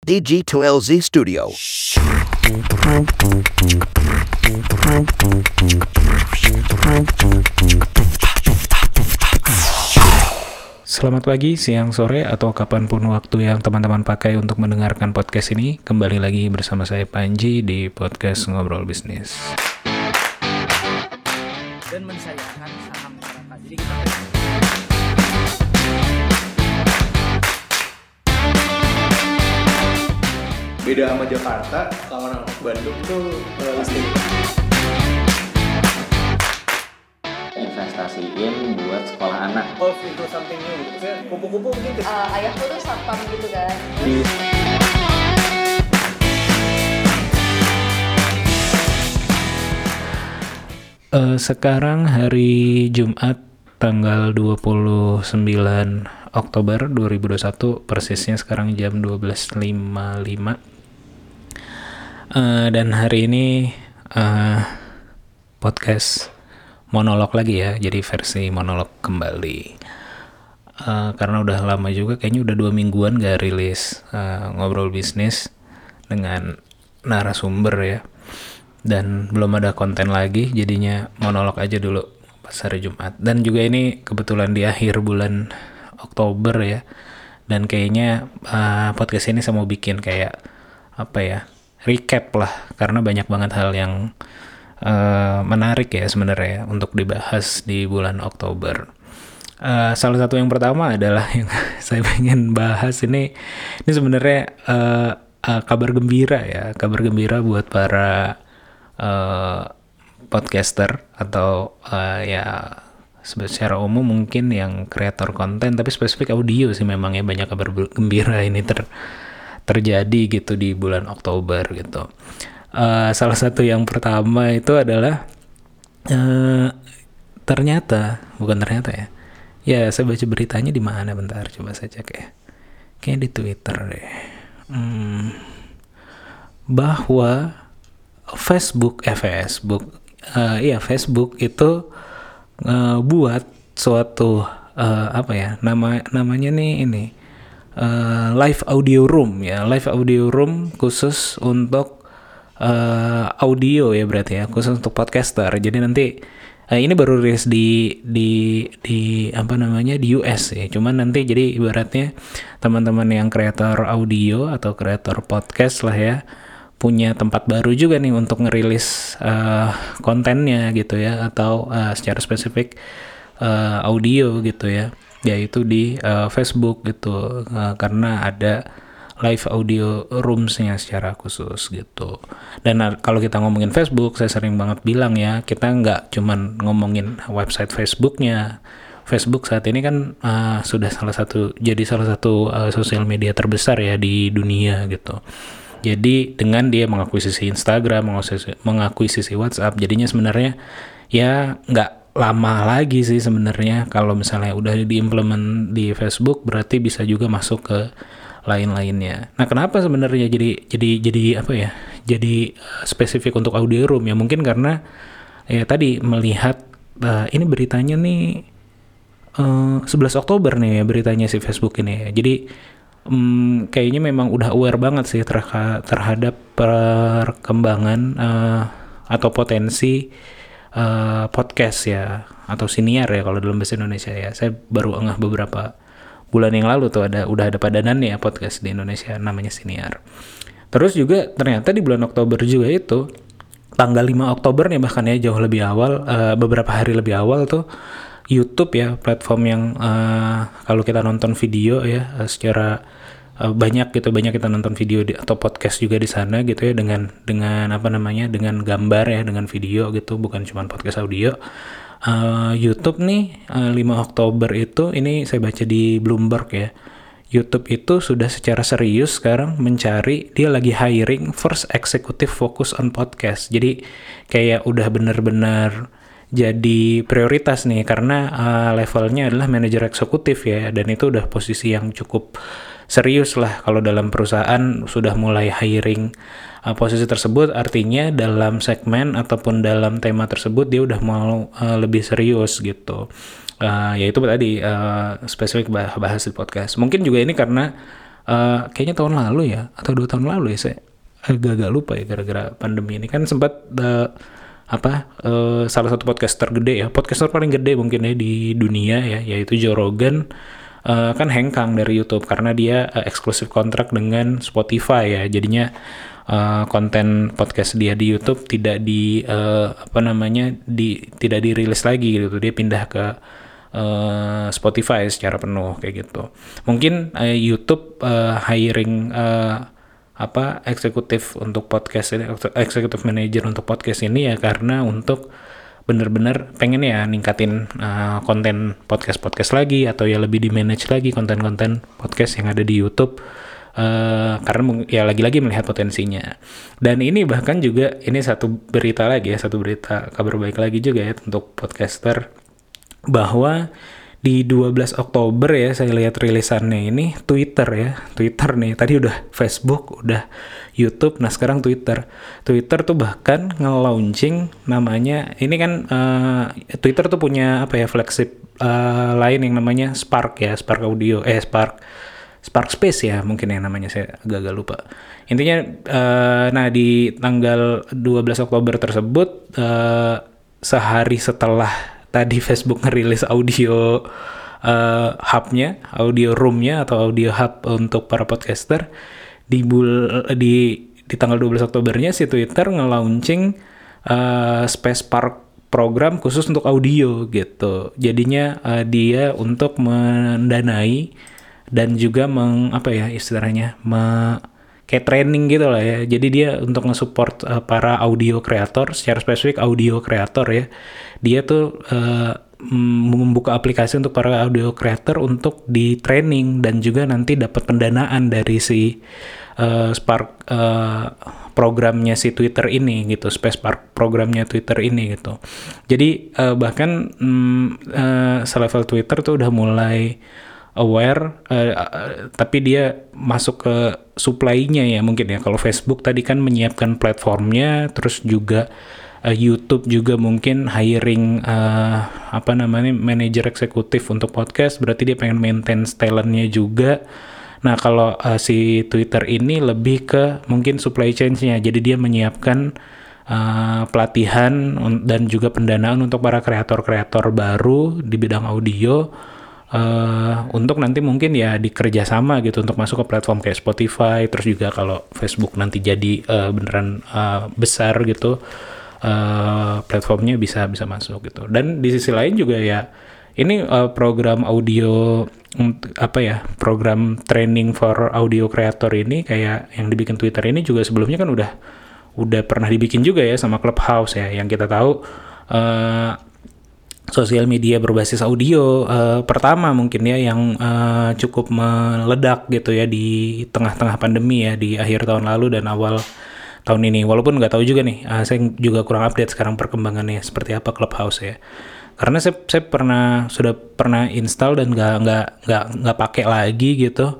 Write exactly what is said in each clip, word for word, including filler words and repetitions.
D G two L Z Studio. Selamat pagi, siang, sore, atau kapanpun waktu yang teman-teman pakai untuk mendengarkan podcast ini. Kembali lagi bersama saya Panji di podcast Ngobrol Bisnis. Dan mensayangkan saham masyarakat. Jadi kita beda sama Jakarta, kalau Bandung tuh uh, listing. Investasiin buat sekolah anak. Golf itu something new gitu. Saya kupu-kupu mungkin gitu. Uh, ayahku tuh satpam gitu kan. Di Uh, sekarang hari Jumat tanggal dua puluh sembilan Oktober dua ribu dua puluh satu, persisnya sekarang jam dua belas lima puluh lima. Uh, dan hari ini uh, podcast monolog lagi ya, jadi versi monolog kembali. Uh, karena udah lama juga, kayaknya udah dua mingguan gak rilis uh, Ngobrol Bisnis dengan narasumber ya. Dan belum ada konten lagi, jadinya monolog aja dulu pas hari Jumat. Dan juga ini kebetulan di akhir bulan Oktober ya, dan kayaknya uh, podcast ini saya mau bikin kayak apa ya, recap lah, karena banyak banget hal yang uh, menarik ya sebenarnya untuk dibahas di bulan Oktober. Uh, salah satu yang pertama adalah yang saya pengen bahas ini, ini sebenarnya uh, uh, kabar gembira ya, kabar gembira buat para Uh, podcaster atau uh, ya secara umum mungkin yang kreator konten, tapi spesifik audio sih memang ya, banyak kabar gembira ini ter terjadi gitu di bulan Oktober gitu. Uh, salah satu yang pertama itu adalah uh, ternyata bukan ternyata ya, ya saya baca beritanya di mana, bentar coba saya cek ya, kayaknya di Twitter deh, hmm, bahwa Facebook, eh Facebook, uh, iya Facebook itu uh, buat suatu uh, apa ya, nama namanya nih ini uh, live audio room ya, live audio room khusus untuk uh, audio ya berarti ya, khusus untuk podcaster. Jadi nanti uh, ini baru rilis di di di apa namanya di U S ya. Cuman nanti jadi ibaratnya teman-teman yang kreator audio atau kreator podcast lah ya, punya tempat baru juga nih untuk ngerilis uh, kontennya gitu ya, atau uh, secara spesifik uh, audio gitu ya, yaitu di uh, Facebook gitu, uh, karena ada live audio rooms-nya secara khusus gitu. Dan uh, kalau kita ngomongin Facebook, saya sering banget bilang ya, kita nggak cuman ngomongin website Facebook-nya. Facebook saat ini kan uh, sudah salah satu jadi salah satu uh, sosial media terbesar ya di dunia gitu. Jadi dengan dia mengakuisisi Instagram, mengakuisisi, mengakuisisi WhatsApp, jadinya sebenarnya ya nggak lama lagi sih sebenarnya kalau misalnya udah diimplement di Facebook, berarti bisa juga masuk ke lain-lainnya. Nah, kenapa sebenarnya jadi jadi jadi apa ya? Jadi uh, spesifik untuk audio room ya? Mungkin karena ya tadi melihat uh, ini beritanya nih uh, sebelas Oktober nih ya, beritanya si Facebook ini ya. Jadi Hmm, kayaknya memang udah aware banget sih terha- terhadap perkembangan uh, atau potensi uh, podcast ya, atau siniar ya kalau dalam bahasa Indonesia ya. Saya baru ngeh beberapa bulan yang lalu tuh ada udah ada padanannya ya podcast di Indonesia namanya siniar. Terus juga ternyata di bulan Oktober juga itu tanggal lima Oktober nih bahkan ya, jauh lebih awal, uh, beberapa hari lebih awal tuh YouTube ya, platform yang uh, kalau kita nonton video ya uh, secara uh, banyak gitu, banyak kita nonton video di, atau podcast juga di sana gitu ya, dengan dengan apa namanya, dengan gambar ya, dengan video gitu, bukan cuma podcast audio. Uh, YouTube nih uh, lima Oktober itu, ini saya baca di Bloomberg ya, YouTube itu sudah secara serius sekarang mencari, dia lagi hiring first executive focus on podcast. Jadi kayak udah benar-benar jadi prioritas nih, karena uh, levelnya adalah manajer eksekutif ya, dan itu udah posisi yang cukup serius lah kalau dalam perusahaan sudah mulai hiring uh, posisi tersebut, artinya dalam segmen ataupun dalam tema tersebut dia udah mau uh, lebih serius gitu. Uh, yaitu tadi uh, spesifik bahas di podcast. Mungkin juga ini karena uh, kayaknya tahun lalu ya atau dua tahun lalu ya, saya agak-agak lupa ya, gara-gara pandemi ini kan sempat uh, apa uh, salah satu podcaster gede ya, podcaster paling gede mungkin ya di dunia ya, yaitu Joe Rogan, uh, kan hengkang dari YouTube karena dia uh, eksklusif kontrak dengan Spotify ya, jadinya uh, konten podcast dia di YouTube tidak di uh, apa namanya di tidak dirilis lagi gitu, dia pindah ke uh, Spotify secara penuh kayak gitu. Mungkin uh, YouTube uh, hiring uh, apa eksekutif untuk podcast ini, eksekutif manager untuk podcast ini ya karena untuk bener-bener pengen ya ningkatin uh, konten podcast-podcast lagi, atau ya lebih di manage lagi konten-konten podcast yang ada di YouTube. Uh, karena ya lagi-lagi melihat potensinya. Dan ini bahkan juga ini satu berita lagi ya, satu berita kabar baik lagi juga ya untuk podcaster, bahwa di dua belas Oktober ya saya lihat rilisannya ini Twitter ya, Twitter nih, tadi udah Facebook, udah YouTube, nah sekarang Twitter. Twitter tuh bahkan nge-launching namanya, ini kan uh, Twitter tuh punya apa ya, flagship uh, lain yang namanya Spark ya, Spark Audio, eh Spark Spark Space ya mungkin ya namanya, saya agak-agak lupa. Intinya uh, nah di tanggal dua belas Oktober tersebut, uh, sehari setelah tadi Facebook ngerilis audio uh, hub-nya, audio room-nya atau audio hub untuk para podcaster, di bul di di tanggal dua belas Oktobernya si Twitter nge-launching uh, Space Spark program khusus untuk audio gitu. Jadinya uh, dia untuk mendanai dan juga meng apa ya istilahnya me, kayak training gitu lah ya. Jadi dia untuk nge-support uh, para audio kreator, secara spesifik audio kreator ya. Dia tuh uh, membuka aplikasi untuk para audio kreator untuk di training dan juga nanti dapat pendanaan dari si uh, Spark uh, programnya si Twitter ini gitu, Space Spark programnya Twitter ini gitu. Jadi uh, bahkan um, uh, selevel Twitter tuh udah mulai aware, uh, uh, tapi dia masuk ke supply-nya ya mungkin ya. Kalau Facebook tadi kan menyiapkan platformnya, terus juga uh, YouTube juga mungkin hiring uh, apa namanya manajer eksekutif untuk podcast, berarti dia pengen maintain talent-nya juga. Nah kalau uh, si Twitter ini lebih ke mungkin supply chain-nya, jadi dia menyiapkan uh, pelatihan dan juga pendanaan untuk para kreator-kreator baru di bidang audio. Uh, untuk nanti mungkin ya dikerja sama gitu untuk masuk ke platform kayak Spotify, terus juga kalau Facebook nanti jadi uh, beneran uh, besar gitu, uh, platformnya bisa bisa masuk gitu. Dan di sisi lain juga ya ini uh, program audio apa ya, program training for audio creator ini kayak yang dibikin Twitter ini juga sebelumnya kan udah udah pernah dibikin juga ya sama Clubhouse ya, yang kita tahu uh, sosial media berbasis audio uh, pertama mungkin ya yang uh, cukup meledak gitu ya di tengah-tengah pandemi ya, di akhir tahun lalu dan awal tahun ini. Walaupun nggak tahu juga nih, uh, saya juga kurang update sekarang perkembangannya seperti apa Clubhouse ya. Karena saya, saya pernah sudah pernah install dan nggak nggak nggak nggak pakai lagi gitu.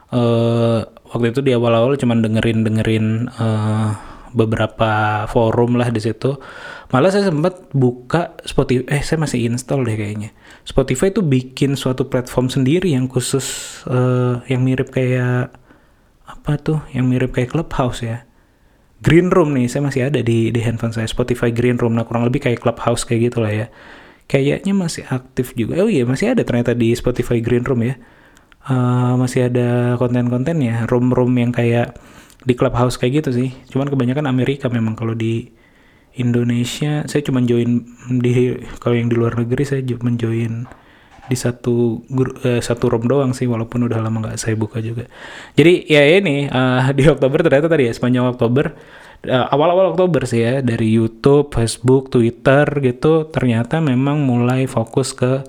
Uh, waktu itu di awal-awal cuman dengerin dengerin uh, beberapa forum lah di situ. Malah saya sempat buka Spotify, eh saya masih install deh kayaknya. Spotify tuh bikin suatu platform sendiri yang khusus uh, yang mirip kayak apa tuh, yang mirip kayak Clubhouse ya. Green Room nih, saya masih ada di di handphone saya, Spotify Green Room. Nah kurang lebih kayak Clubhouse kayak gitulah ya. Kayaknya masih aktif juga. Oh iya masih ada ternyata di Spotify Green Room ya. Uh, masih ada konten-kontennya, room-room yang kayak di Clubhouse kayak gitu sih. Cuman kebanyakan Amerika memang. Kalau di Indonesia saya cuma join di, kalau yang di luar negeri saya cuma join di satu eh, satu room doang sih, walaupun udah lama nggak saya buka juga. Jadi ya ini uh, di Oktober ternyata tadi ya, sepanjang Oktober, uh, awal-awal Oktober sih ya, dari YouTube, Facebook, Twitter gitu ternyata memang mulai fokus ke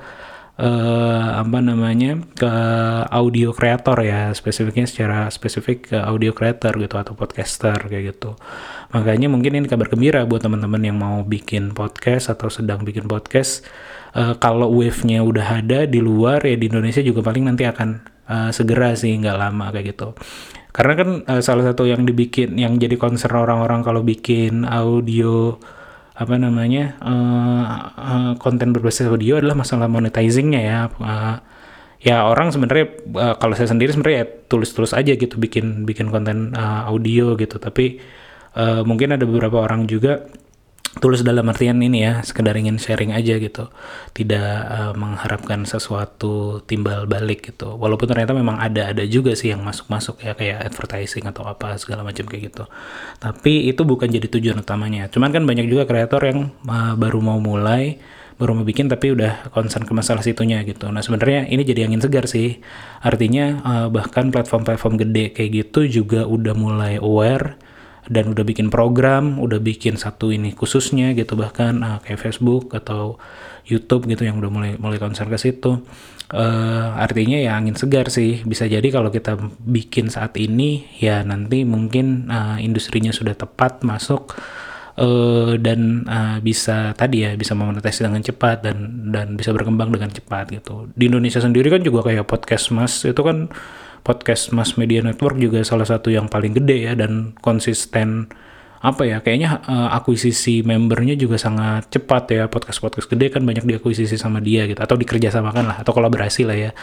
Uh, apa namanya ke audio creator ya, spesifiknya secara spesifik ke audio creator gitu atau podcaster kayak gitu. Makanya mungkin ini kabar gembira buat teman-teman yang mau bikin podcast atau sedang bikin podcast. Uh, kalau wave-nya udah ada di luar ya, di Indonesia juga paling nanti akan uh, segera sih, nggak lama kayak gitu. Karena kan uh, salah satu yang dibikin, yang jadi concern orang-orang kalau bikin audio apa namanya uh, uh, konten berbasis audio adalah masalah monetizingnya ya. Uh, ya orang sebenarnya uh, kalau saya sendiri sebenarnya ya tulis-tulis aja gitu bikin bikin konten uh, audio gitu, tapi uh, mungkin ada beberapa orang juga tulus dalam artian ini ya sekedar ingin sharing aja gitu, tidak uh, mengharapkan sesuatu timbal balik gitu, walaupun ternyata memang ada ada juga sih yang masuk-masuk ya kayak advertising atau apa segala macam kayak gitu, tapi itu bukan jadi tujuan utamanya. Cuman kan banyak juga kreator yang uh, baru mau mulai, baru mau bikin tapi udah concern ke masalah situnya gitu. Nah sebenarnya ini jadi angin segar sih, artinya uh, bahkan platform-platform gede kayak gitu juga udah mulai aware dan udah bikin program, udah bikin satu ini khususnya gitu, bahkan uh, kayak Facebook atau YouTube gitu yang udah mulai mulai concern ke situ. Uh, artinya ya angin segar sih. Bisa jadi kalau kita bikin saat ini ya nanti mungkin uh, industrinya sudah tepat masuk uh, dan uh, bisa tadi ya bisa memonetisasi dengan cepat dan dan bisa berkembang dengan cepat gitu. Di Indonesia sendiri kan juga kayak podcast Mas itu kan, podcast Mas Media Network juga salah satu yang paling gede ya dan konsisten apa ya kayaknya uh, akuisisi membernya juga sangat cepat ya. Podcast-podcast gede kan banyak diakuisisi sama dia gitu atau dikerjasamakan lah atau kolaborasi lah ya,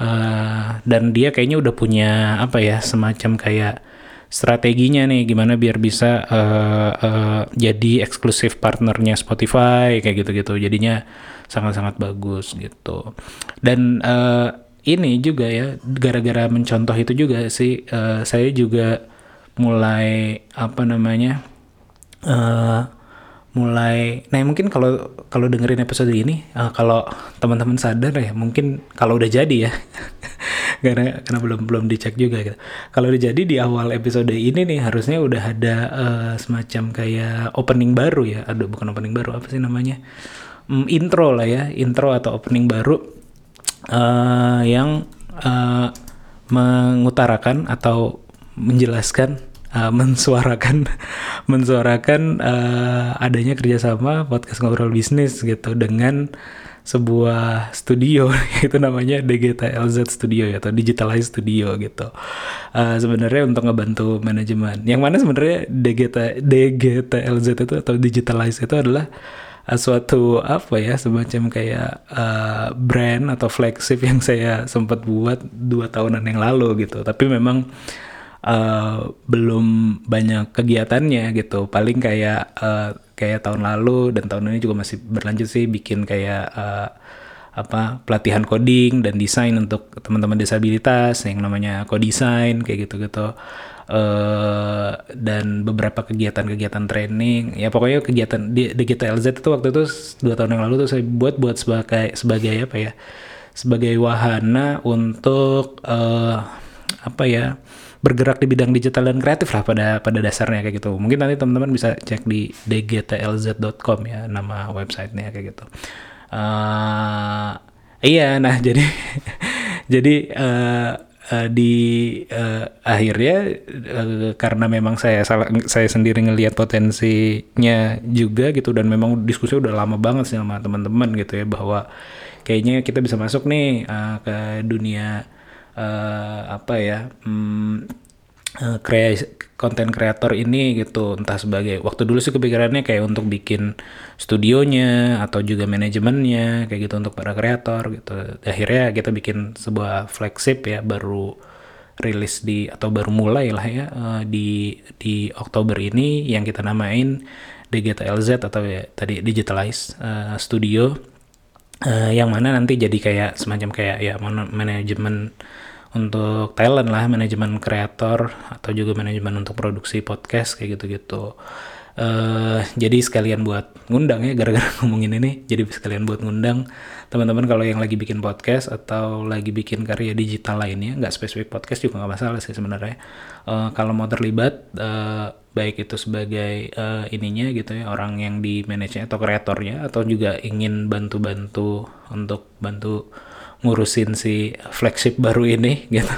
uh, dan dia kayaknya udah punya apa ya semacam kayak strateginya nih gimana biar bisa uh, uh, jadi eksklusif partnernya Spotify kayak gitu-gitu, jadinya sangat-sangat bagus gitu. Dan uh, ini juga ya gara-gara mencontoh itu juga sih uh, saya juga mulai apa namanya uh, mulai nah mungkin kalau kalau dengerin episode ini uh, kalau teman-teman sadar ya mungkin kalau udah jadi ya karena karena belum belum dicek juga gitu. Kalau udah jadi di awal episode ini nih harusnya udah ada uh, semacam kayak opening baru ya, aduh bukan opening baru apa sih namanya, um, intro lah ya, intro atau opening baru Uh, yang uh, mengutarakan atau menjelaskan, uh, mensuarakan, mensuarakan uh, adanya kerjasama podcast ngobrol bisnis gitu dengan sebuah studio itu namanya D G T L Z Studio ya, atau Digitalize Studio gitu. Uh, sebenarnya untuk ngebantu manajemen. Yang mana sebenarnya D G T D G T L Z itu atau Digitalize itu adalah suatu apa ya semacam kayak uh, brand atau flagship yang saya sempat buat dua tahunan yang lalu gitu, tapi memang uh, belum banyak kegiatannya gitu, paling kayak uh, kayak tahun lalu dan tahun ini juga masih berlanjut sih bikin kayak uh, apa pelatihan coding dan desain untuk teman-teman disabilitas yang namanya co-design kayak gitu-gitu. Uh, dan beberapa kegiatan-kegiatan training ya pokoknya kegiatan di D G T L Z itu waktu itu dua tahun yang lalu tuh saya buat buat sebagai sebagai apa ya sebagai wahana untuk uh, apa ya bergerak di bidang digital dan kreatif lah pada pada dasarnya kayak gitu. Mungkin nanti teman-teman bisa cek di d g t l z dot com ya nama websitenya kayak gitu. Uh, iya nah jadi jadi uh, Uh, di uh, akhirnya uh, karena memang saya salah, saya sendiri ngelihat potensinya juga gitu, dan memang diskusi udah lama banget sih sama teman-teman gitu ya bahwa kayaknya kita bisa masuk nih uh, ke dunia uh, apa ya hmm, uh, konten kreator ini gitu, entah sebagai waktu dulu sih kepikirannya kayak untuk bikin studionya atau juga manajemennya kayak gitu untuk para kreator gitu. Akhirnya kita bikin sebuah flagship ya, baru rilis di atau baru mulai lah ya uh, di di Oktober ini yang kita namain D G T L Z atau ya tadi Digitalize uh, Studio, uh, yang mana nanti jadi kayak semacam kayak ya manajemen untuk talent lah, manajemen kreator atau juga manajemen untuk produksi podcast kayak gitu-gitu. Uh, jadi sekalian buat ngundang ya, gara-gara ngomongin ini jadi sekalian buat ngundang teman-teman kalau yang lagi bikin podcast atau lagi bikin karya digital lainnya, nggak spesifik podcast juga nggak masalah sih sebenarnya. Uh, kalau mau terlibat uh, baik itu sebagai uh, ininya gitu ya, orang yang di manage-nya atau kreatornya, atau juga ingin bantu-bantu untuk bantu ngurusin si flagship baru ini gitu.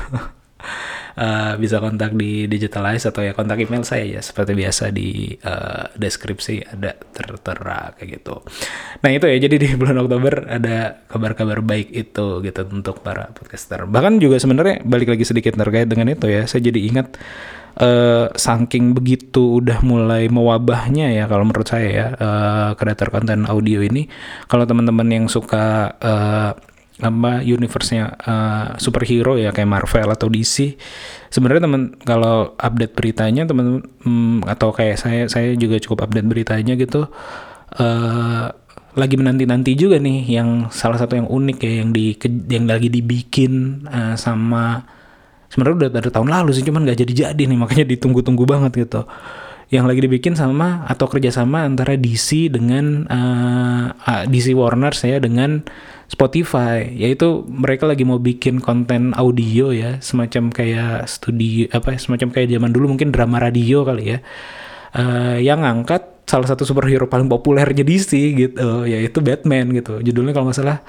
Uh, bisa kontak di Digitalize atau ya kontak email saya ya seperti biasa di uh, deskripsi ada tertera kayak gitu. Nah itu ya, jadi di bulan Oktober ada kabar-kabar baik itu gitu untuk para podcaster. Bahkan juga sebenarnya balik lagi sedikit terkait dengan itu ya, saya jadi ingat uh, saking begitu udah mulai mewabahnya ya kalau menurut saya ya uh, kreator konten audio ini. Kalau teman-teman yang suka uh, apa universe-nya uh, superhero ya kayak Marvel atau D C. Sebenarnya teman kalau update beritanya teman hmm, atau kayak saya saya juga cukup update beritanya gitu. Uh, lagi menanti-nanti juga nih yang salah satu yang unik ya yang di yang lagi dibikin uh, sama sebenarnya udah dari tahun lalu sih cuman nggak jadi-jadi nih makanya ditunggu-tunggu banget gitu. Yang lagi dibikin sama atau kerjasama antara D C dengan uh, D C Warner saya dengan Spotify, yaitu mereka lagi mau bikin konten audio ya, semacam kayak studi apa, semacam kayak zaman dulu mungkin drama radio kali ya, uh, yang ngangkat salah satu superhero paling populer di D C gitu, yaitu Batman gitu. Judulnya kalau nggak salah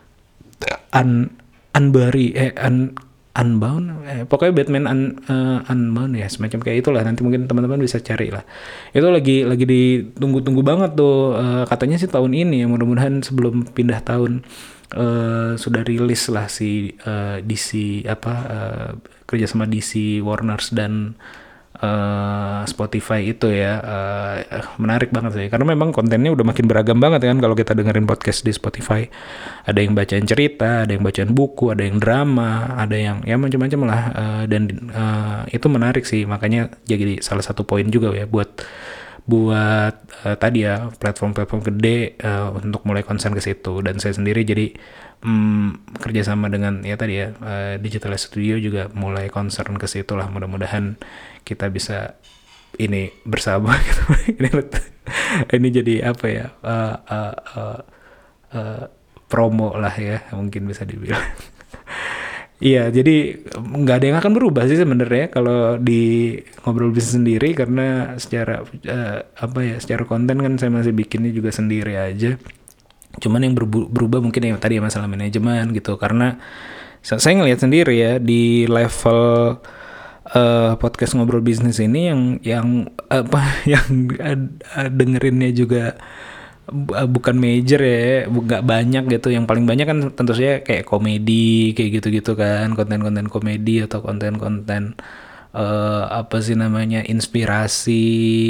Un Unbury eh Un Unbound, eh, pokoknya Batman un, uh, Unbound ya, semacam kayak itulah. Nanti mungkin teman-teman bisa cari lah. Itu lagi lagi ditunggu-tunggu banget tuh. Uh, katanya sih tahun ini ya, mudah-mudahan sebelum pindah tahun uh, sudah rilis lah si uh, D C apa uh, kerja sama D C Warners dan uh, Spotify itu ya. Uh, menarik banget sih, karena memang kontennya udah makin beragam banget kan kalau kita dengerin podcast di Spotify. Ada yang bacain cerita, ada yang bacain buku, ada yang drama, ada yang ya macam-macam lah, uh, dan uh, itu menarik sih, makanya jadi salah satu poin juga ya buat buat uh, tadi ya platform-platform gede uh, untuk mulai konsen ke situ. Dan saya sendiri jadi um, kerjasama dengan ya tadi ya uh, Digital Studio juga mulai concern ke situ lah. Mudah-mudahan kita bisa ini bersama gitu. ini ini jadi apa ya uh, uh, uh, uh, promo lah ya mungkin bisa dibilang. Iya, jadi nggak ada yang akan berubah sih sebenarnya kalau di ngobrol bisnis sendiri, karena secara uh, apa ya secara konten kan saya masih bikinnya juga sendiri aja. Cuman yang berbu- berubah mungkin yang tadi ya masalah manajemen gitu, karena saya ngelihat sendiri ya di level uh, podcast ngobrol bisnis ini yang yang apa yang uh, dengerinnya juga bukan major ya, nggak banyak gitu. Yang paling banyak kan tentu saja kayak komedi, kayak gitu-gitu kan, konten-konten komedi atau konten-konten uh, apa sih namanya inspirasi,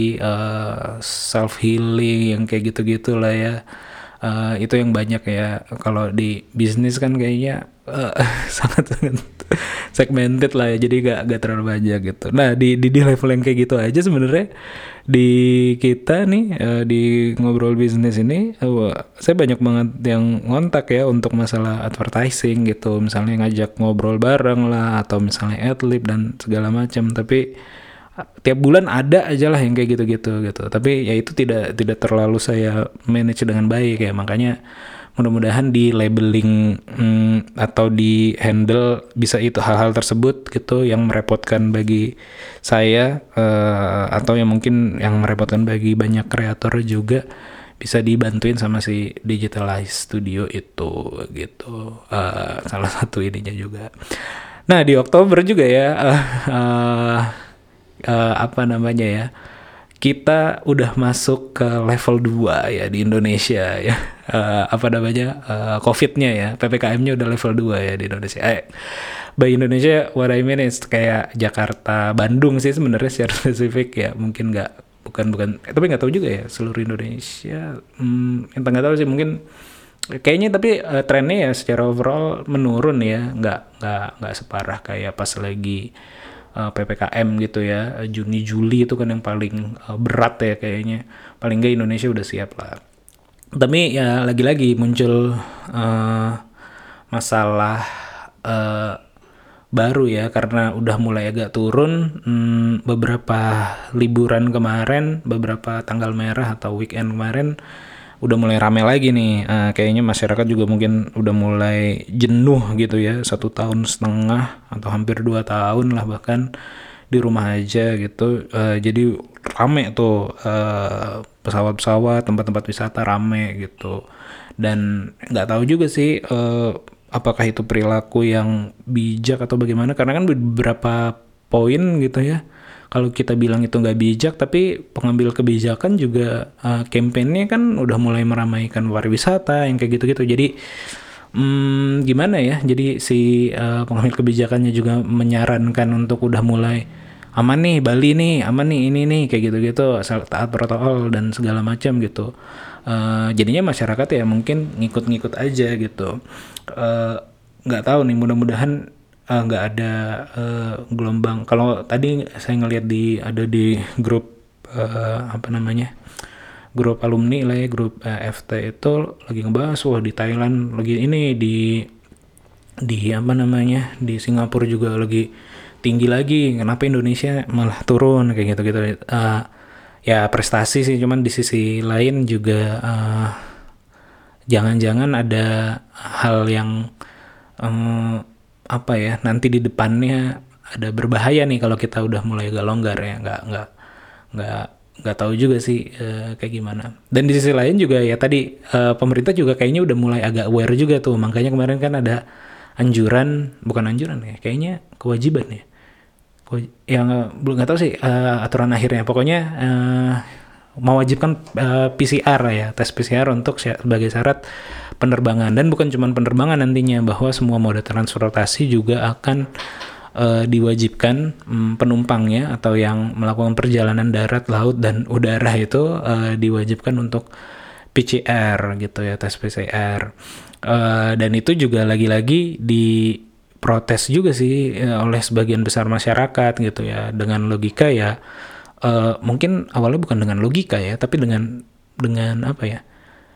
uh, self healing yang kayak gitu-gitu lah ya. Uh, itu yang banyak ya. Kalau di bisnis kan kayaknya uh, sangat-sangat segmented lah ya, jadi gak, gak terlalu banyak gitu. Nah di, di, di level yang kayak gitu aja sebenarnya di kita nih uh, di ngobrol bisnis ini uh, saya banyak banget yang ngontak ya untuk masalah advertising gitu, misalnya ngajak ngobrol bareng lah atau misalnya adlib dan segala macam. Tapi tiap bulan ada aja lah yang kayak gitu-gitu gitu. Tapi ya itu tidak tidak terlalu saya manage dengan baik ya, makanya mudah-mudahan di labeling hmm, atau di handle bisa itu hal-hal tersebut gitu yang merepotkan bagi saya uh, atau yang mungkin yang merepotkan bagi banyak kreator juga bisa dibantuin sama si Digitalize Studio itu gitu. Uh, salah satu ininya juga. Nah di Oktober juga ya uh, uh, uh, apa namanya ya, kita udah masuk ke level dua ya di Indonesia ya. Uh, apa namanya uh, COVID-nya ya, P P K M-nya udah level dua ya di Indonesia. Eh, by Indonesia what I mean is kayak Jakarta, Bandung sih sebenarnya secara spesifik ya, mungkin nggak bukan bukan tapi nggak tahu juga ya seluruh Indonesia. Hmm, entah nggak tahu sih, mungkin kayaknya tapi uh, trennya ya secara overall menurun ya, nggak nggak nggak separah kayak pas lagi uh, P P K M gitu ya, Juni Juli itu kan yang paling uh, berat ya kayaknya. Paling nggak Indonesia udah siap lah. Tapi ya lagi-lagi muncul uh, masalah uh, baru ya, karena udah mulai agak turun. Hmm, beberapa liburan kemarin, beberapa tanggal merah atau weekend kemarin udah mulai rame lagi nih. Uh, kayaknya masyarakat juga mungkin udah mulai jenuh gitu ya, satu tahun setengah atau hampir dua tahun lah bahkan di rumah aja gitu. Uh, jadi rame tuh uh, pesawat-pesawat, tempat-tempat wisata rame gitu. Dan nggak tahu juga sih uh, apakah itu perilaku yang bijak atau bagaimana, karena kan beberapa poin gitu ya. Kalau kita bilang itu nggak bijak, tapi pengambil kebijakan juga uh, kampanye kan udah mulai meramaikan pariwisata yang kayak gitu-gitu. Jadi hmm, gimana ya? Jadi si uh, pengambil kebijakannya juga menyarankan untuk udah mulai aman nih Bali nih, aman nih ini nih kayak gitu-gitu, asal taat protokol dan segala macam gitu. Uh, jadinya masyarakat ya mungkin ngikut-ngikut aja gitu. Uh, nggak tahu nih, mudah-mudahan uh, nggak ada uh, gelombang. Kalau tadi saya ngelihat di ada di grup uh, apa namanya grup alumni lah ya, grup uh, F T itu lagi ngebahas, wah di Thailand lagi ini, di di apa namanya di Singapura juga lagi tinggi lagi, kenapa Indonesia malah turun kayak gitu-gitu. Uh, ya prestasi sih, cuman di sisi lain juga uh, jangan-jangan ada hal yang um, apa ya nanti di depannya ada berbahaya nih kalau kita udah mulai agak longgar ya, nggak nggak nggak nggak tahu juga sih uh, kayak gimana. Dan di sisi lain juga ya tadi uh, pemerintah juga kayaknya udah mulai agak aware juga tuh, makanya kemarin kan ada anjuran, bukan anjuran ya, kayaknya kewajiban ya, yang belum nggak tahu sih uh, aturan akhirnya, pokoknya uh, mewajibkan uh, P C R ya, tes P C R untuk sebagai syarat penerbangan. Dan bukan cuma penerbangan nantinya, bahwa semua moda transportasi juga akan Uh, diwajibkan um, penumpangnya atau yang melakukan perjalanan darat, laut, dan udara itu uh, diwajibkan untuk P C R gitu ya, tes P C R. Uh, dan itu juga lagi-lagi diprotes juga sih uh, oleh sebagian besar masyarakat gitu ya, dengan logika ya uh, mungkin awalnya bukan dengan logika ya, tapi dengan dengan apa ya,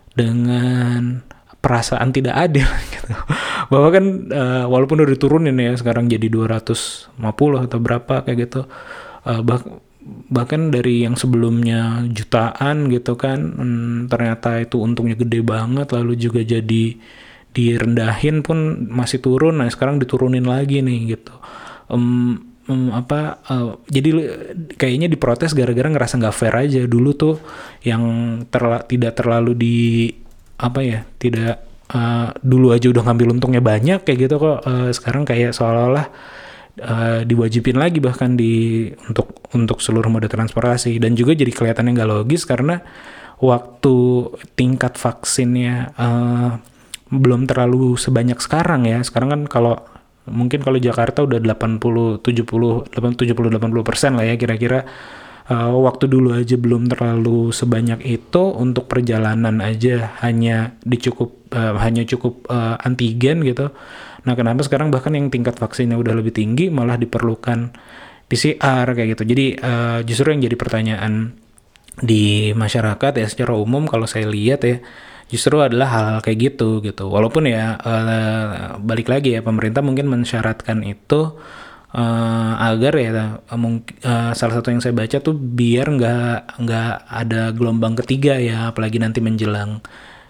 dengan perasaan tidak adil gitu. Bahwa kan uh, walaupun udah diturunin ya sekarang jadi dua ratus lima puluh atau berapa kayak gitu, uh, bah- bahkan dari yang sebelumnya jutaan gitu kan, hmm, ternyata itu untungnya gede banget, lalu juga jadi direndahin pun masih turun, nah sekarang diturunin lagi nih gitu. Um, um, apa uh, jadi kayaknya diprotes gara-gara ngerasa nggak fair aja. Dulu tuh yang terla- tidak terlalu di apa ya, tidak uh, dulu aja udah ngambil untungnya banyak kayak gitu kok, uh, sekarang kayak seolah-olah uh, diwajibin lagi bahkan di untuk untuk seluruh moda transportasi. Dan juga jadi kelihatannya nggak logis karena waktu tingkat vaksinnya uh, belum terlalu sebanyak sekarang ya. Sekarang kan kalau mungkin kalau Jakarta udah delapan puluh tujuh puluh tujuh puluh delapan puluh persen lah ya kira-kira. Uh, waktu dulu aja belum terlalu sebanyak itu, untuk perjalanan aja hanya dicukup uh, hanya cukup uh, antigen gitu. Nah kenapa sekarang bahkan yang tingkat vaksinnya udah lebih tinggi malah diperlukan P C R kayak gitu. Jadi uh, justru yang jadi pertanyaan di masyarakat ya secara umum kalau saya lihat ya, justru adalah hal-hal kayak gitu gitu. Walaupun ya uh, balik lagi ya, pemerintah mungkin mensyaratkan itu Uh, agar ya uh, mungkin uh, salah satu yang saya baca tuh biar nggak nggak ada gelombang ketiga ya, apalagi nanti menjelang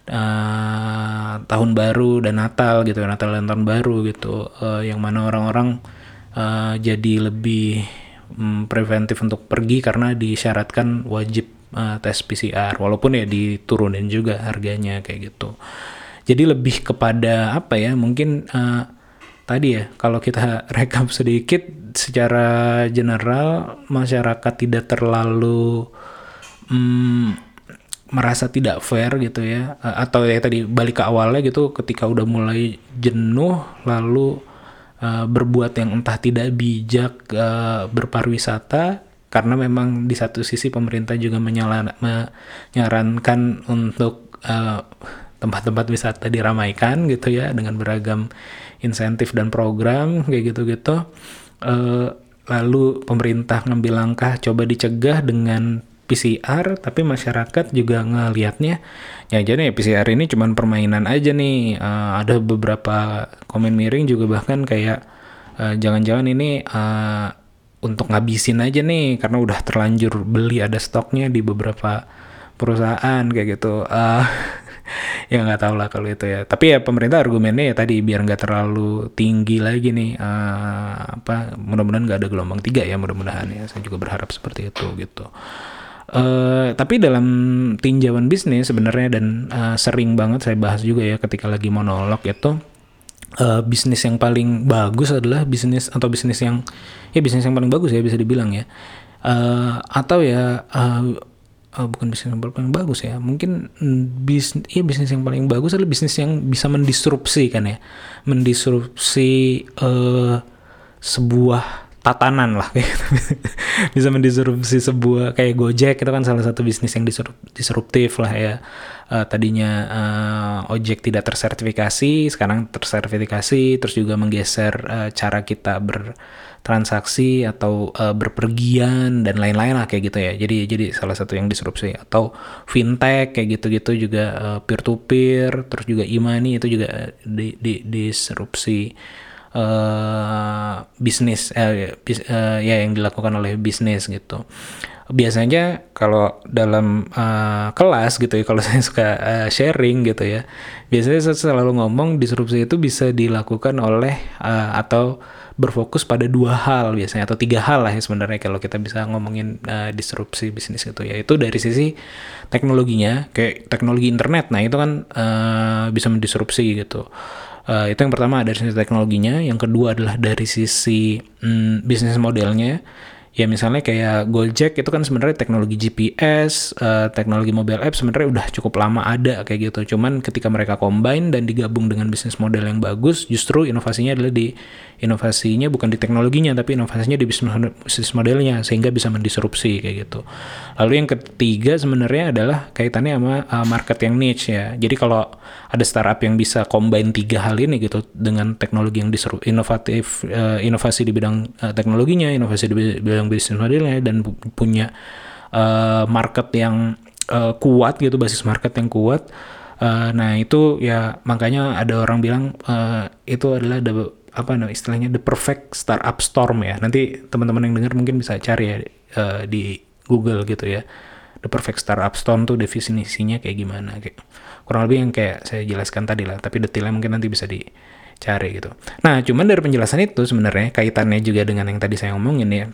uh, tahun baru dan Natal gitu, Natal dan tahun baru gitu, uh, yang mana orang-orang uh, jadi lebih um, preventif untuk pergi karena disyaratkan wajib uh, tes P C R, walaupun ya diturunin juga harganya kayak gitu. Jadi lebih kepada apa ya, mungkin uh, tadi ya, kalau kita rekap sedikit, secara general masyarakat tidak terlalu mm, merasa tidak fair gitu ya, atau ya tadi balik ke awalnya gitu, ketika udah mulai jenuh lalu uh, berbuat yang entah tidak bijak, uh, berpariwisata, karena memang di satu sisi pemerintah juga menyalan, menyarankan untuk uh, tempat-tempat wisata diramaikan gitu ya, dengan beragam insentif dan program kayak gitu-gitu. E, lalu pemerintah ngambil langkah coba dicegah dengan P C R, tapi masyarakat juga ngelihatnya ya jadi P C R ini cuman permainan aja nih. E, ada beberapa komen miring juga bahkan kayak e, jangan-jangan ini e, untuk ngabisin aja nih karena udah terlanjur beli, ada stoknya di beberapa perusahaan kayak gitu. E, ya nggak tahu lah kalau itu ya, tapi ya pemerintah argumennya ya tadi biar nggak terlalu tinggi lagi nih, uh, apa mudah-mudahan nggak ada gelombang tiga ya, mudah-mudahan ya, saya juga berharap seperti itu gitu. Uh, tapi dalam tinjauan bisnis sebenarnya, dan uh, sering banget saya bahas juga ya ketika lagi monolog itu, uh, bisnis yang paling bagus adalah bisnis atau bisnis yang ya bisnis yang paling bagus ya bisa dibilang ya, uh, atau ya uh, Uh, bukan bisnis yang paling bagus ya, mungkin bisnis, iya bisnis yang paling bagus adalah bisnis yang bisa mendisrupsi kan ya, mendisrupsi uh, sebuah tatanan lah kayak gitu. Bisa mendisrupsi sebuah kayak Gojek itu kan salah satu bisnis yang disrup, disruptif lah ya. Uh, tadinya uh, ojek tidak tersertifikasi, sekarang tersertifikasi, terus juga menggeser uh, cara kita bertransaksi atau uh, berpergian dan lain-lain lah kayak gitu ya. Jadi jadi salah satu yang disrupsi. Atau fintech kayak gitu-gitu juga uh, peer to peer, terus juga e-money itu juga di, di, disrupsi uh, bisnis uh, bis, uh, ya yang dilakukan oleh bisnis gitu. Biasanya kalau dalam uh, kelas gitu ya, kalau saya suka uh, sharing gitu ya, biasanya saya selalu ngomong disrupsi itu bisa dilakukan oleh uh, atau berfokus pada dua hal biasanya, atau tiga hal lah ya sebenarnya kalau kita bisa ngomongin uh, disrupsi bisnis gitu, yaitu dari sisi teknologinya, kayak teknologi internet. Nah itu kan uh, bisa mendisrupsi gitu. Uh, itu yang pertama dari sisi teknologinya. Yang kedua adalah dari sisi mm, bisnis modelnya. Ya misalnya kayak Gojek itu kan sebenarnya teknologi G P S, uh, teknologi mobile app sebenarnya udah cukup lama ada kayak gitu. Cuman ketika mereka combine dan digabung dengan bisnis model yang bagus, justru inovasinya adalah di inovasinya bukan di teknologinya, tapi inovasinya di bisnis modelnya, sehingga bisa mendisrupsi kayak gitu. Lalu yang ketiga sebenarnya adalah kaitannya sama uh, market yang niche ya. Jadi kalau ada startup yang bisa combine tiga hal ini gitu dengan teknologi yang disrup, inovatif, uh, inovasi di bidang uh, teknologinya, inovasi di bidang bisnis modelnya, dan punya uh, market yang uh, kuat gitu, basis market yang kuat. Uh, nah itu ya makanya ada orang bilang uh, itu adalah the, apa namanya istilahnya the perfect startup storm ya. Nanti teman-teman yang dengar mungkin bisa cari ya uh, di Google gitu ya. The perfect startup storm tuh definisinya kayak gimana, kayak kurang lebih yang kayak saya jelaskan tadi lah, tapi detailnya mungkin nanti bisa dicari gitu. Nah cuman dari penjelasan itu sebenarnya kaitannya juga dengan yang tadi saya ngomongin ya,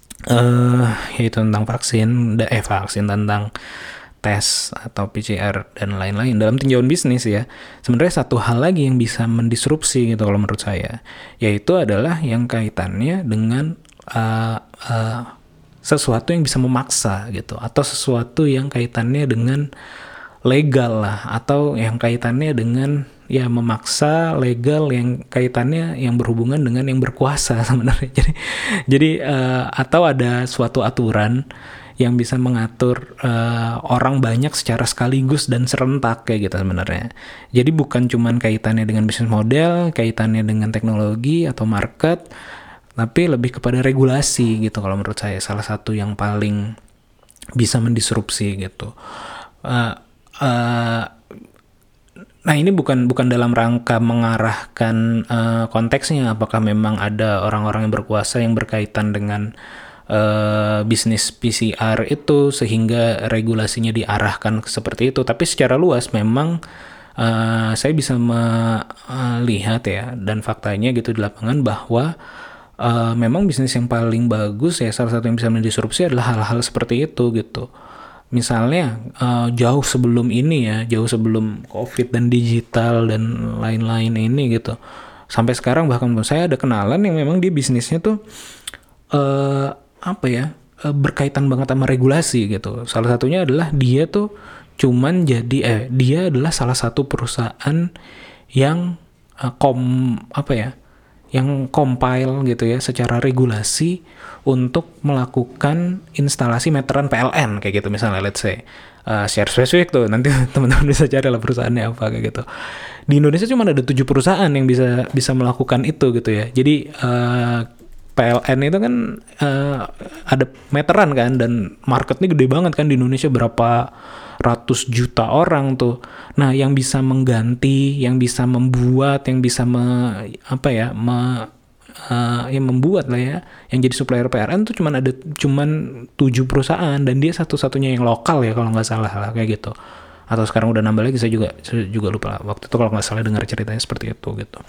uh, yaitu tentang vaksin, eh vaksin tentang tes atau P C R dan lain-lain dalam tinjauan bisnis ya. Sebenarnya satu hal lagi yang bisa mendisrupsi gitu kalau menurut saya, yaitu adalah yang kaitannya dengan uh, uh, sesuatu yang bisa memaksa gitu, atau sesuatu yang kaitannya dengan legal lah, atau yang kaitannya dengan ya memaksa legal, yang kaitannya yang berhubungan dengan yang berkuasa sebenarnya. Jadi jadi uh, atau ada suatu aturan yang bisa mengatur uh, orang banyak secara sekaligus dan serentak kayak gitu sebenarnya. Jadi bukan cuman kaitannya dengan bisnis model, kaitannya dengan teknologi atau market, tapi lebih kepada regulasi gitu kalau menurut saya, salah satu yang paling bisa mendisrupsi gitu. Uh, uh, nah ini bukan bukan dalam rangka mengarahkan uh, konteksnya apakah memang ada orang-orang yang berkuasa yang berkaitan dengan Uh, bisnis P C R itu sehingga regulasinya diarahkan seperti itu, tapi secara luas memang uh, saya bisa melihat ya, dan faktanya gitu di lapangan bahwa uh, memang bisnis yang paling bagus ya, salah satu yang bisa mendisrupsi adalah hal-hal seperti itu gitu. Misalnya uh, jauh sebelum ini ya, jauh sebelum COVID dan digital dan lain-lain ini gitu, sampai sekarang bahkan saya ada kenalan yang memang dia bisnisnya tuh uh, apa ya, berkaitan banget sama regulasi gitu. Salah satunya adalah dia tuh cuman jadi eh dia adalah salah satu perusahaan yang uh, kom apa ya yang compile gitu ya secara regulasi untuk melakukan instalasi meteran P L N kayak gitu misalnya, let's say uh, share spesifik tuh, nanti teman-teman bisa cari lah perusahaannya apa kayak gitu. Di Indonesia cuma ada tujuh perusahaan yang bisa bisa melakukan itu gitu ya. Jadi uh, P L N itu kan uh, ada meteran kan, dan marketnya gede banget kan di Indonesia, berapa ratus juta orang tuh. Nah yang bisa mengganti, yang bisa membuat, yang bisa me, apa ya me, uh, yang membuat lah ya, yang jadi supplier P L N tuh cuman ada cuman tujuh perusahaan, dan dia satu-satunya yang lokal ya kalau nggak salah lah kayak gitu. Atau sekarang udah nambah lagi, saya juga saya juga lupa waktu itu kalau nggak salah dengar ceritanya seperti itu gitu.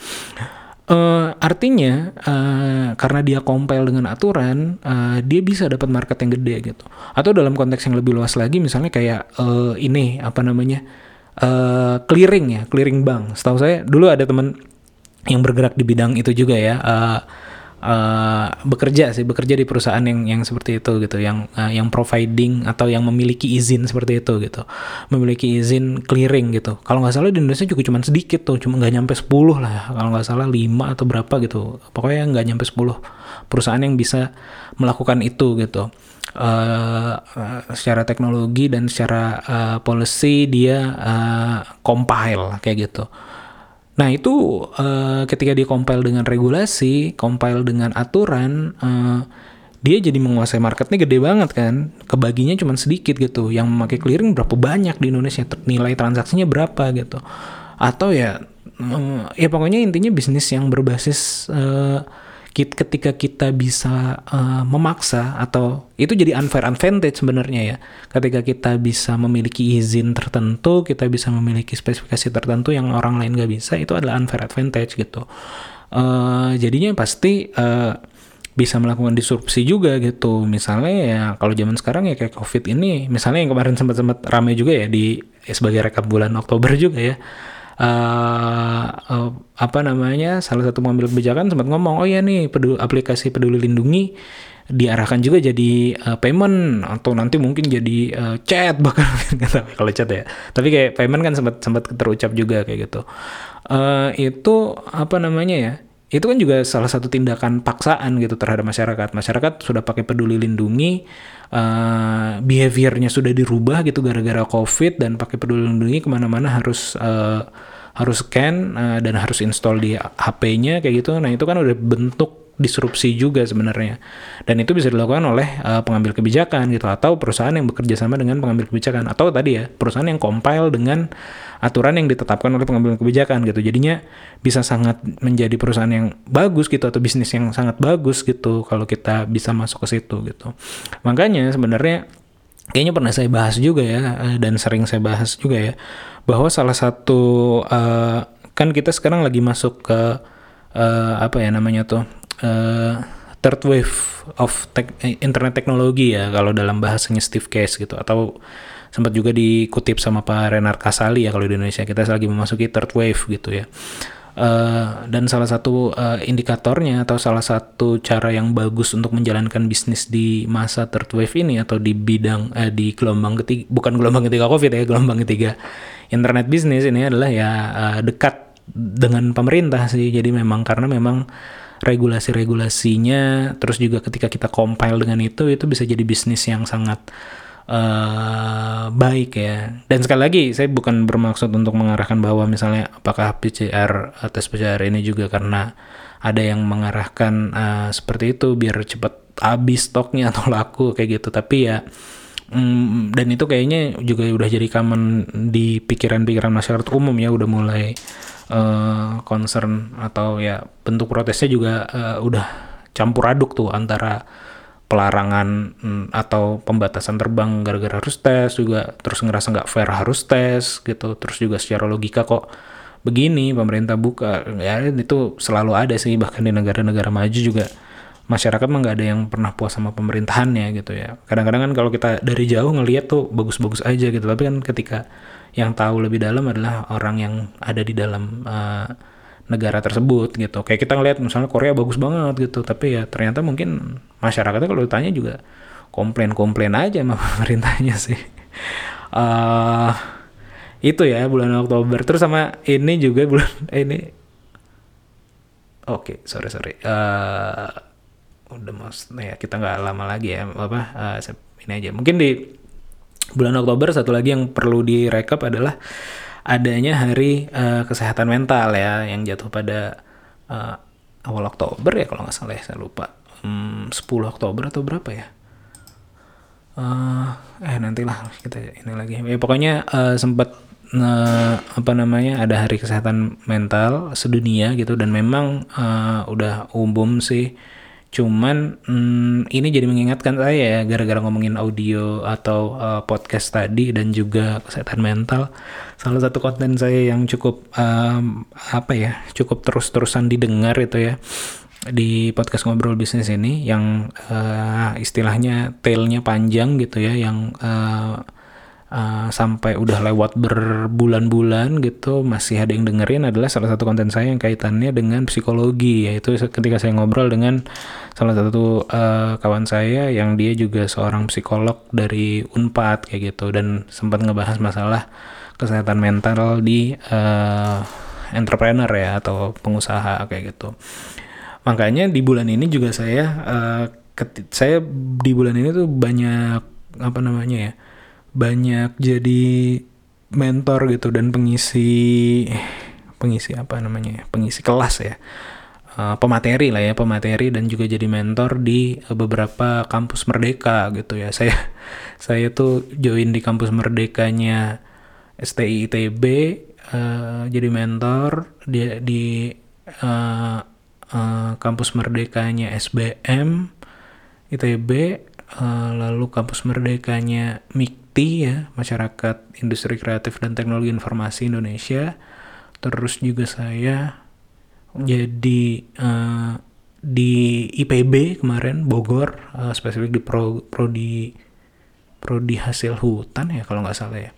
Uh, artinya uh, karena dia compile dengan aturan, uh, dia bisa dapat market yang gede gitu. Atau dalam konteks yang lebih luas lagi, misalnya kayak uh, ini apa namanya uh, clearing ya, clearing bank. Setahu saya dulu ada teman yang bergerak di bidang itu juga ya, uh, uh, bekerja sih bekerja di perusahaan yang yang seperti itu gitu, yang uh, yang providing atau yang memiliki izin seperti itu gitu, memiliki izin clearing gitu. Kalau nggak salah di Indonesia juga cuma sedikit tuh, cuma nggak nyampe sepuluh lah ya, kalau nggak salah lima atau berapa gitu, pokoknya nggak nyampe sepuluh perusahaan yang bisa melakukan itu gitu. Uh, uh, secara teknologi dan secara uh, policy dia uh, compile kayak gitu. Nah itu uh, ketika dia compile dengan regulasi, compile dengan aturan, uh, dia jadi menguasai marketnya gede banget kan. Kebaginya cuma sedikit gitu. Yang memakai clearing berapa banyak di Indonesia, nilai transaksinya berapa gitu. Atau ya, uh, ya pokoknya intinya bisnis yang berbasis uh, ketika kita bisa uh, memaksa, atau itu jadi unfair advantage sebenarnya ya, ketika kita bisa memiliki izin tertentu, kita bisa memiliki spesifikasi tertentu yang orang lain gak bisa, itu adalah unfair advantage gitu. Uh, jadinya pasti uh, bisa melakukan disrupsi juga gitu. Misalnya ya kalau zaman sekarang ya kayak COVID ini, misalnya yang kemarin sempat-sempat ramai juga ya di ya sebagai rekap bulan Oktober juga ya. Uh, uh, apa namanya salah satu pengambil kebijakan sempat ngomong, oh ya nih peduli, aplikasi Peduli Lindungi diarahkan juga jadi uh, payment, atau nanti mungkin jadi uh, chat bahkan kalau chat ya, tapi kayak payment kan sempat sempat terucap juga kayak gitu. Uh, itu apa namanya ya, itu kan juga salah satu tindakan paksaan gitu terhadap masyarakat. Masyarakat sudah pakai Peduli Lindungi, uh, behaviornya sudah dirubah gitu gara-gara COVID, dan pakai Peduli Lindungi kemana-mana harus uh, harus scan uh, dan harus install di H P-nya kayak gitu. Nah itu kan udah bentuk disrupsi juga sebenarnya, dan itu bisa dilakukan oleh uh, pengambil kebijakan gitu, atau perusahaan yang bekerja sama dengan pengambil kebijakan, atau tadi ya perusahaan yang compile dengan aturan yang ditetapkan oleh pengambil kebijakan gitu. Jadinya bisa sangat menjadi perusahaan yang bagus gitu, atau bisnis yang sangat bagus gitu kalau kita bisa masuk ke situ gitu. Makanya sebenarnya kayaknya pernah saya bahas juga ya, dan sering saya bahas juga ya, bahwa salah satu uh, kan kita sekarang lagi masuk ke uh, apa ya namanya tuh uh, third wave of tech, internet teknologi ya kalau dalam bahasanya Steve Case gitu, atau sempat juga dikutip sama Pak Renard Kasali ya kalau di Indonesia kita lagi memasuki third wave gitu ya. Uh, dan salah satu uh, indikatornya atau salah satu cara yang bagus untuk menjalankan bisnis di masa third wave ini, atau di bidang uh, di gelombang ketiga, bukan gelombang ketiga COVID ya, gelombang ketiga internet bisnis ini adalah ya uh, dekat dengan pemerintah sih. Jadi memang karena memang regulasi-regulasinya, terus juga ketika kita compile dengan itu, itu bisa jadi bisnis yang sangat Uh, baik ya. Dan sekali lagi saya bukan bermaksud untuk mengarahkan bahwa misalnya apakah P C R, tes P C R ini juga karena ada yang mengarahkan uh, seperti itu biar cepat habis stoknya atau laku kayak gitu. Tapi ya mm, dan itu kayaknya juga udah jadi common di pikiran-pikiran masyarakat umum ya, udah mulai uh, concern atau ya bentuk protesnya juga uh, udah campur aduk tuh antara pelarangan hmm, atau pembatasan terbang gara-gara harus tes juga, terus ngerasa nggak fair harus tes gitu, terus juga secara logika kok begini pemerintah buka ya, itu selalu ada sih, bahkan di negara-negara maju juga masyarakat mah nggak ada yang pernah puas sama pemerintahannya gitu ya. Kadang-kadang kan kalau kita dari jauh ngelihat tuh bagus-bagus aja gitu, tapi kan ketika yang tahu lebih dalam adalah orang yang ada di dalam uh, negara tersebut gitu. Kayak kita ngelihat misalnya Korea bagus banget gitu, tapi ya ternyata mungkin masyarakatnya kalau ditanya juga komplain-komplain aja sama pemerintahnya sih. Uh, itu ya bulan Oktober. Terus sama ini juga bulan eh, ini. Oke, okay, sorry sorry. Uh, udah mas, ya kita nggak lama lagi ya. Apa? Uh, ini aja. Mungkin di bulan Oktober satu lagi yang perlu direkap adalah adanya hari uh, kesehatan mental ya, yang jatuh pada uh, awal Oktober ya kalau nggak salah ya, saya lupa hmm, sepuluh Oktober atau berapa ya, uh, eh nantilah kita ini lagi ya, pokoknya uh, sempat uh, apa namanya ada hari kesehatan mental sedunia gitu, dan memang uh, udah umum sih. Cuman hmm, ini jadi mengingatkan saya ya, gara-gara ngomongin audio atau uh, podcast tadi dan juga kesehatan mental, salah satu konten saya yang cukup um, apa ya cukup terus-terusan didengar itu ya di podcast Ngobrol Bisnis ini, yang uh, istilahnya tailnya panjang gitu ya, yang uh, Uh, sampai udah lewat berbulan-bulan gitu masih ada yang dengerin, adalah salah satu konten saya yang kaitannya dengan psikologi, yaitu ketika saya ngobrol dengan salah satu uh, kawan saya yang dia juga seorang psikolog dari Unpad kayak gitu, dan sempat ngebahas masalah kesehatan mental di uh, entrepreneur ya atau pengusaha kayak gitu. Makanya di bulan ini juga saya uh, keti- saya di bulan ini tuh banyak apa namanya ya, banyak jadi mentor gitu dan pengisi pengisi apa namanya ya, pengisi kelas ya. Uh, pemateri lah ya, pemateri dan juga jadi mentor di uh, beberapa kampus merdeka gitu ya. Saya saya tuh join di kampus merdekanya S T I I T B, uh, jadi mentor di di uh, uh, kampus merdekanya S B M I T B, uh, lalu kampus merdekanya M I K T I ya, Masyarakat Industri Kreatif dan Teknologi Informasi Indonesia. Terus juga saya jadi uh, di I P B kemarin Bogor, uh, spesifik di pro prodi prodi hasil hutan ya kalau nggak salah ya,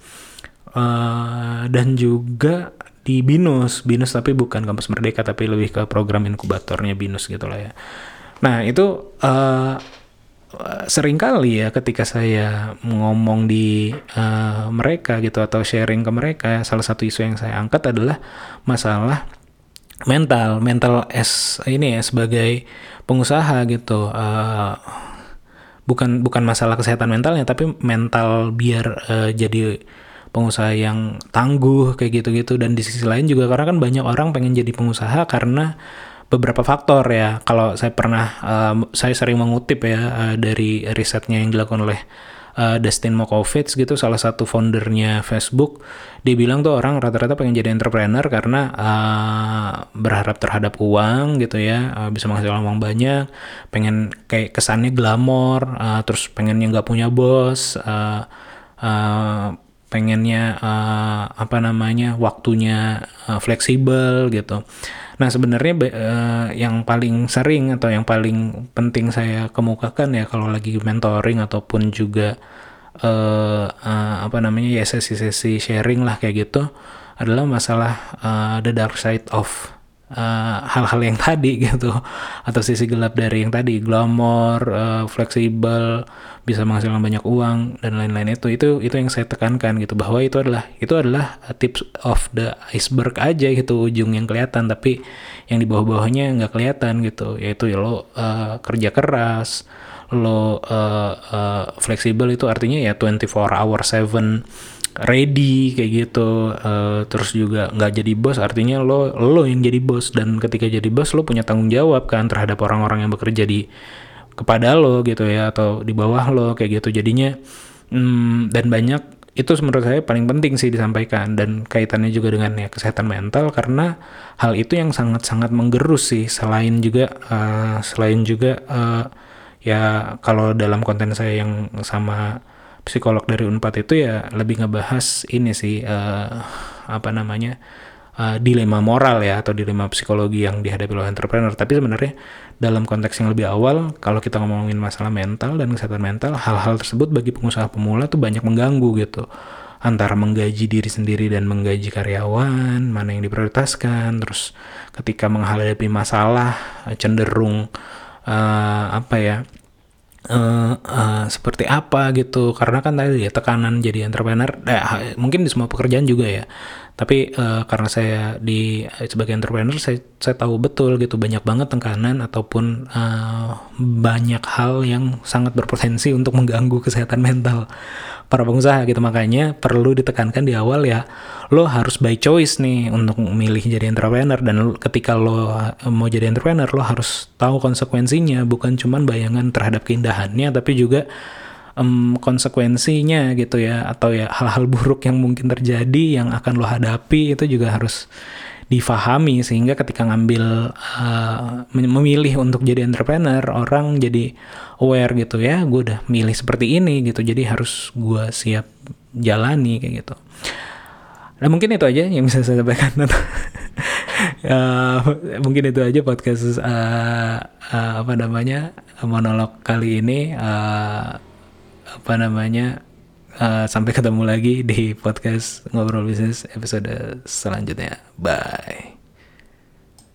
uh, dan juga di BINUS BINUS tapi bukan kampus merdeka tapi lebih ke program inkubatornya BINUS gitu lah ya. Nah itu uh, sering kali ya ketika saya ngomong di uh, mereka gitu atau sharing ke mereka, salah satu isu yang saya angkat adalah masalah mental mental as ini ya sebagai pengusaha gitu, uh, bukan bukan masalah kesehatan mentalnya tapi mental biar uh, jadi pengusaha yang tangguh kayak gitu-gitu. Dan di sisi lain juga karena kan banyak orang pengen jadi pengusaha karena beberapa faktor ya. Kalau saya pernah uh, saya sering mengutip ya uh, dari risetnya yang dilakukan oleh Uh, Dustin Moskovitz gitu, salah satu foundernya Facebook. Dia bilang tuh orang rata-rata pengen jadi entrepreneur karena uh, berharap terhadap uang gitu ya, uh, bisa menghasilkan uang banyak, pengen kayak kesannya glamor, uh, terus pengennya nggak punya bos, uh, uh, pengennya uh, apa namanya waktunya uh, fleksibel gitu. Nah sebenarnya uh, yang paling sering atau yang paling penting saya kemukakan ya kalau lagi mentoring ataupun juga uh, uh, apa namanya ya sesi-sesi sharing lah kayak gitu adalah masalah uh, the dark side of uh, hal-hal yang tadi gitu, atau sisi gelap dari yang tadi, glamor, uh, fleksibel, bisa menghasilkan banyak uang dan lain-lain. Itu itu itu yang saya tekankan gitu, bahwa itu adalah itu adalah tips of the iceberg aja gitu, ujung yang kelihatan tapi yang di bawah-bawahnya nggak kelihatan gitu, yaitu ya lo uh, kerja keras, lo uh, uh, fleksibel, itu artinya ya twenty-four hour seven ready kayak gitu. Uh, terus juga nggak jadi bos, artinya lo lo yang jadi bos, dan ketika jadi bos lo punya tanggung jawab kan terhadap orang-orang yang bekerja di kepada lo gitu ya, atau di bawah lo kayak gitu. Jadinya hmm, dan banyak itu menurut saya paling penting sih disampaikan, dan kaitannya juga dengan ya kesehatan mental, karena hal itu yang sangat-sangat menggerus sih. Selain juga uh, selain juga uh, ya kalau dalam konten saya yang sama psikolog dari Unpad itu ya lebih ngebahas ini sih uh, apa namanya uh, dilema moral ya, atau dilema psikologi yang dihadapi oleh entrepreneur. Tapi sebenarnya dalam konteks yang lebih awal, kalau kita ngomongin masalah mental dan kesehatan mental, hal-hal tersebut bagi pengusaha pemula tuh banyak mengganggu gitu, antara menggaji diri sendiri dan menggaji karyawan, mana yang diprioritaskan. Terus ketika menghadapi masalah cenderung uh, apa ya Uh, uh, seperti apa gitu, karena kan tadi ya tekanan jadi entrepreneur, eh, mungkin di semua pekerjaan juga ya, tapi uh, karena saya di sebagai entrepreneur saya saya tahu betul gitu, banyak banget tekanan ataupun uh, banyak hal yang sangat berpotensi untuk mengganggu kesehatan mental para pengusaha gitu. Makanya perlu ditekankan di awal ya, lo harus by choice nih untuk memilih jadi entrepreneur, dan ketika lo mau jadi entrepreneur lo harus tahu konsekuensinya, bukan cuman bayangan terhadap keindahannya tapi juga um, konsekuensinya gitu ya, atau ya hal-hal buruk yang mungkin terjadi yang akan lo hadapi, itu juga harus difahami, sehingga ketika ngambil uh, memilih untuk jadi entrepreneur, orang jadi aware gitu ya, gue udah milih seperti ini gitu, jadi harus gue siap jalani kayak gitu. Nah mungkin itu aja yang bisa saya sampaikan. uh, mungkin itu aja podcast uh, uh, apa namanya monolog kali ini. Uh, apa namanya uh, sampai ketemu lagi di podcast Ngobrol Bisnis episode selanjutnya. Bye.